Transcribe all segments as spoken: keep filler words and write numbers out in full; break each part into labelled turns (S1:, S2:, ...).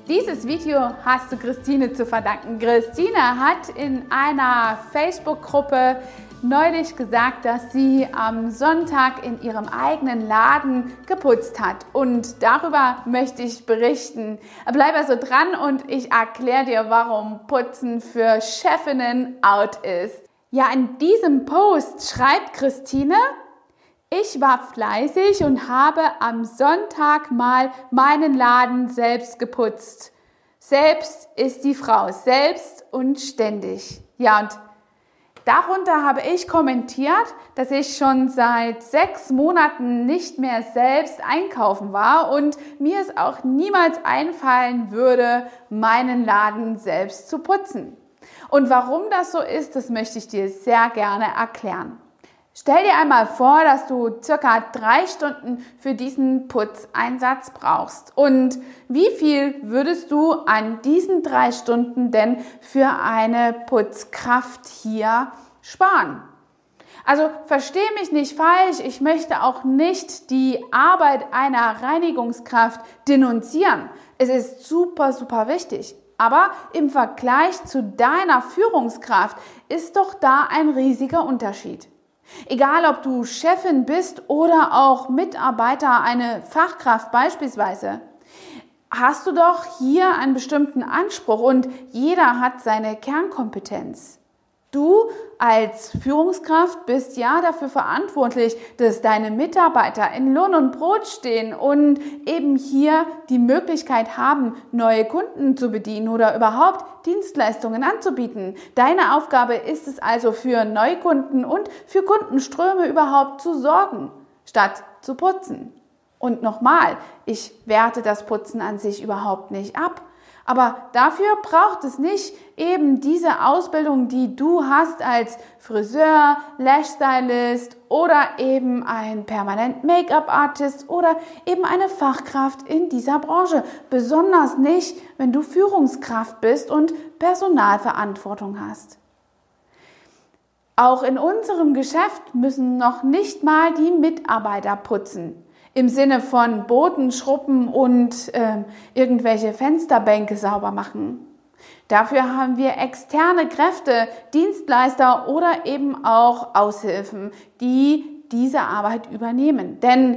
S1: Dieses Video hast du Christine zu verdanken. Christine hat in einer Facebook-Gruppe neulich gesagt, dass sie am Sonntag in ihrem eigenen Laden geputzt hat. Und darüber möchte ich berichten. Bleib also dran und ich erkläre dir, warum Putzen für Chefinnen out ist. Ja, in diesem Post schreibt Christine: Ich war fleißig und habe am Sonntag mal meinen Laden selbst geputzt. Selbst ist die Frau, selbst und ständig. Ja, und darunter habe ich kommentiert, dass ich schon seit sechs Monaten nicht mehr selbst einkaufen war und mir es auch niemals einfallen würde, meinen Laden selbst zu putzen. Und warum das so ist, das möchte ich dir sehr gerne erklären. Stell dir einmal vor, dass du circa drei Stunden für diesen Putzeinsatz brauchst. Und wie viel würdest du an diesen drei Stunden denn für eine Putzkraft hier sparen? Also verstehe mich nicht falsch, ich möchte auch nicht die Arbeit einer Reinigungskraft denunzieren. Es ist super, super wichtig. Aber im Vergleich zu deiner Führungskraft ist doch da ein riesiger Unterschied. Egal, ob du Chefin bist oder auch Mitarbeiter, eine Fachkraft beispielsweise, hast du doch hier einen bestimmten Anspruch und jeder hat seine Kernkompetenz. Du als Führungskraft bist ja dafür verantwortlich, dass deine Mitarbeiter in Lohn und Brot stehen und eben hier die Möglichkeit haben, neue Kunden zu bedienen oder überhaupt Dienstleistungen anzubieten. Deine Aufgabe ist es also, für Neukunden und für Kundenströme überhaupt zu sorgen, statt zu putzen. Und nochmal, ich werte das Putzen an sich überhaupt nicht ab. Aber dafür braucht es nicht eben diese Ausbildung, die du hast als Friseur, Lashstylist oder eben ein permanent Make-up-Artist oder eben eine Fachkraft in dieser Branche. Besonders nicht, wenn du Führungskraft bist und Personalverantwortung hast. Auch in unserem Geschäft müssen noch nicht mal die Mitarbeiter putzen. Im Sinne von Boden schrubben und äh, irgendwelche Fensterbänke sauber machen. Dafür haben wir externe Kräfte, Dienstleister oder eben auch Aushilfen, die diese Arbeit übernehmen. Denn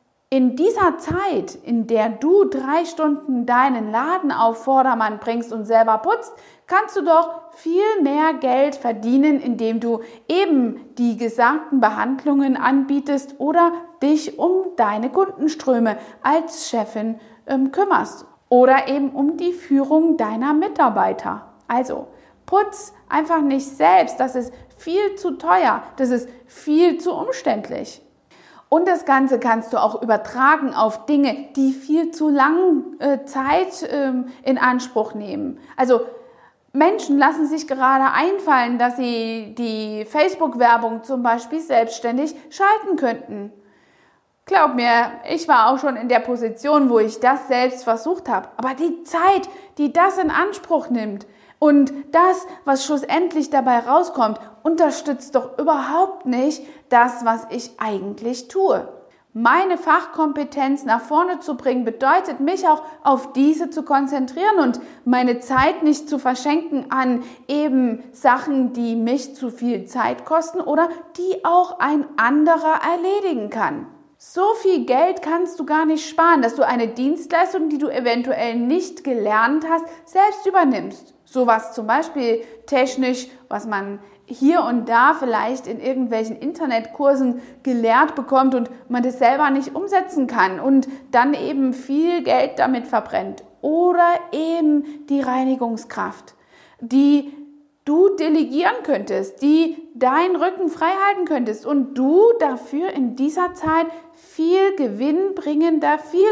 S1: in dieser Zeit, in der du drei Stunden deinen Laden auf Vordermann bringst und selber putzt, kannst du doch viel mehr Geld verdienen, indem du eben die gesagten Behandlungen anbietest oder dich um deine Kundenströme als Chefin ähm, kümmerst oder eben um die Führung deiner Mitarbeiter. Also putz einfach nicht selbst, das ist viel zu teuer, das ist viel zu umständlich. Und das Ganze kannst du auch übertragen auf Dinge, die viel zu lange äh, Zeit ähm, in Anspruch nehmen. Also Menschen lassen sich gerade einfallen, dass sie die Facebook-Werbung zum Beispiel selbstständig schalten könnten. Glaub mir, ich war auch schon in der Position, wo ich das selbst versucht habe. Aber die Zeit, die das in Anspruch nimmt und das, was schlussendlich dabei rauskommt, unterstützt doch überhaupt nicht das, was ich eigentlich tue. Meine Fachkompetenz nach vorne zu bringen, bedeutet, mich auch auf diese zu konzentrieren und meine Zeit nicht zu verschenken an eben Sachen, die mich zu viel Zeit kosten oder die auch ein anderer erledigen kann. So viel Geld kannst du gar nicht sparen, dass du eine Dienstleistung, die du eventuell nicht gelernt hast, selbst übernimmst. Sowas zum Beispiel technisch, was man hier und da vielleicht in irgendwelchen Internetkursen gelehrt bekommt und man das selber nicht umsetzen kann und dann eben viel Geld damit verbrennt. Oder eben die Reinigungskraft, die du delegieren könntest, die deinen Rücken frei halten könntest und du dafür in dieser Zeit viel gewinnbringender, viel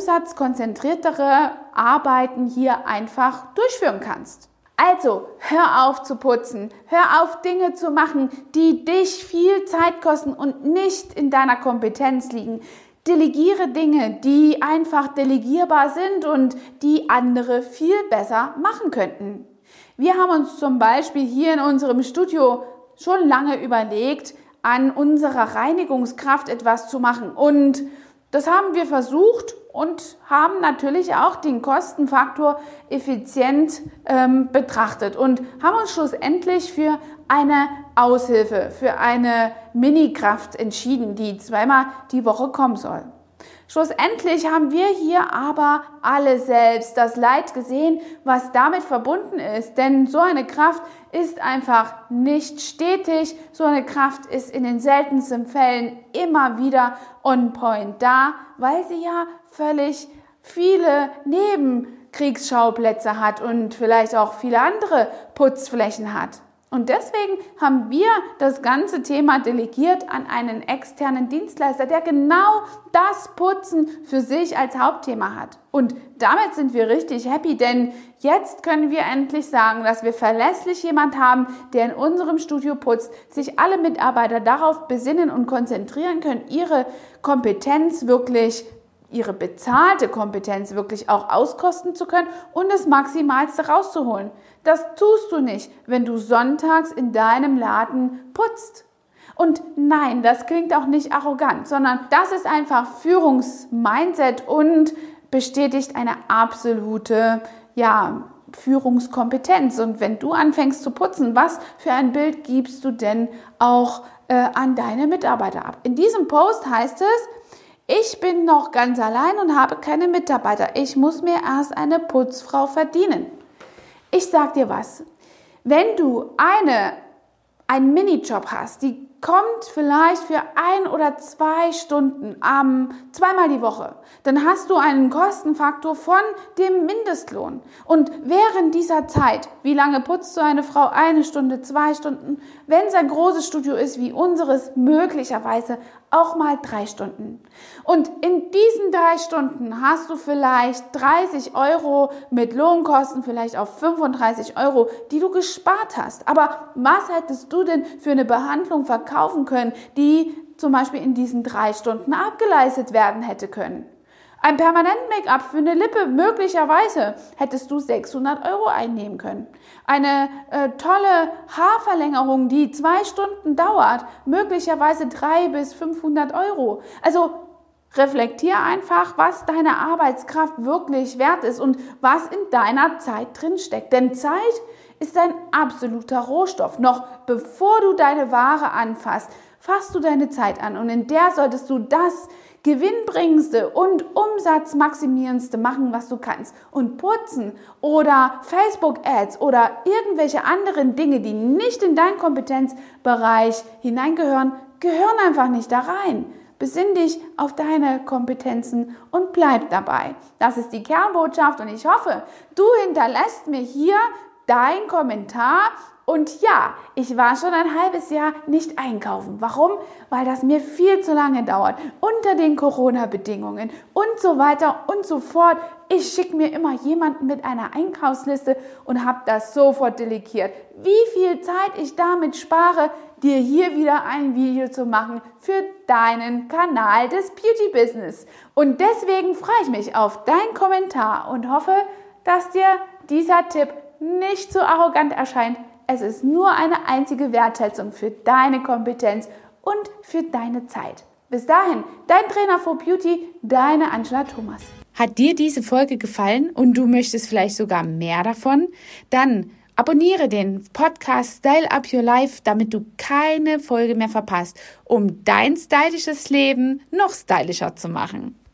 S1: umsatzkonzentriertere Arbeiten hier einfach durchführen kannst. Also, hör auf zu putzen, hör auf Dinge zu machen, die dich viel Zeit kosten und nicht in deiner Kompetenz liegen. Delegiere Dinge, die einfach delegierbar sind und die andere viel besser machen könnten. Wir haben uns zum Beispiel hier in unserem Studio schon lange überlegt, an unserer Reinigungskraft etwas zu machen. Und das haben wir versucht und haben natürlich auch den Kostenfaktor effizient ähm, betrachtet und haben uns schlussendlich für eine Aushilfe, für eine Minikraft entschieden, die zweimal die Woche kommen soll. Schlussendlich haben wir hier aber alle selbst das Leid gesehen, was damit verbunden ist. Denn so eine Kraft ist einfach nicht stetig. So eine Kraft ist in den seltensten Fällen immer wieder on point da, weil sie ja völlig viele Nebenkriegsschauplätze hat und vielleicht auch viele andere Putzflächen hat. Und deswegen haben wir das ganze Thema delegiert an einen externen Dienstleister, der genau das Putzen für sich als Hauptthema hat. Und damit sind wir richtig happy, denn jetzt können wir endlich sagen, dass wir verlässlich jemand haben, der in unserem Studio putzt, sich alle Mitarbeiter darauf besinnen und konzentrieren können, ihre Kompetenz wirklich ihre bezahlte Kompetenz wirklich auch auskosten zu können und das Maximalste rauszuholen. Das tust du nicht, wenn du sonntags in deinem Laden putzt. Und nein, das klingt auch nicht arrogant, sondern das ist einfach Führungsmindset und bestätigt eine absolute, ja, Führungskompetenz. Und wenn du anfängst zu putzen, was für ein Bild gibst du denn auch äh, an deine Mitarbeiter ab? In diesem Post heißt es: Ich bin noch ganz allein und habe keine Mitarbeiter. Ich muss mir erst eine Putzfrau verdienen. Ich sag dir was, wenn du eine, einen Minijob hast, die kommt vielleicht für ein oder zwei Stunden, ähm, zweimal die Woche, dann hast du einen Kostenfaktor von dem Mindestlohn. Und während dieser Zeit, wie lange putzt so eine Frau? Eine Stunde, zwei Stunden? Wenn es ein großes Studio ist wie unseres, möglicherweise auch mal drei Stunden. Und in diesen drei Stunden hast du vielleicht dreißig Euro mit Lohnkosten, vielleicht auf fünfunddreißig Euro, die du gespart hast. Aber was hättest du denn für eine Behandlung verkaufen können, die zum Beispiel in diesen drei Stunden abgeleistet werden hätte können? Ein Permanent-Make-up für eine Lippe, möglicherweise hättest du sechshundert Euro einnehmen können. Eine äh, tolle Haarverlängerung, die zwei Stunden dauert, möglicherweise dreihundert bis fünfhundert Euro. Also reflektier einfach, was deine Arbeitskraft wirklich wert ist und was in deiner Zeit drinsteckt. Denn Zeit ist ein absoluter Rohstoff. Noch bevor du deine Ware anfasst, fasst du deine Zeit an und in der solltest du das gewinnbringendste und umsatzmaximierendste machen, was du kannst. Und putzen oder Facebook-Ads oder irgendwelche anderen Dinge, die nicht in deinen Kompetenzbereich hineingehören, gehören einfach nicht da rein. Besinn dich auf deine Kompetenzen und bleib dabei. Das ist die Kernbotschaft und ich hoffe, du hinterlässt mir hier dein Kommentar. Und ja, ich war schon ein halbes Jahr nicht einkaufen. Warum? Weil das mir viel zu lange dauert. Unter den Corona-Bedingungen und so weiter und so fort. Ich schicke mir immer jemanden mit einer Einkaufsliste und habe das sofort delegiert. Wie viel Zeit ich damit spare, dir hier wieder ein Video zu machen für deinen Kanal des Beauty Business. Und deswegen freue ich mich auf deinen Kommentar und hoffe, dass dir dieser Tipp nicht so arrogant erscheint. Es ist nur eine einzige Wertschätzung für deine Kompetenz und für deine Zeit. Bis dahin, dein Trainer for Beauty, deine Angela Thomas.
S2: Hat dir diese Folge gefallen und du möchtest vielleicht sogar mehr davon? Dann abonniere den Podcast Style Up Your Life, damit du keine Folge mehr verpasst, um dein stylisches Leben noch stylischer zu machen.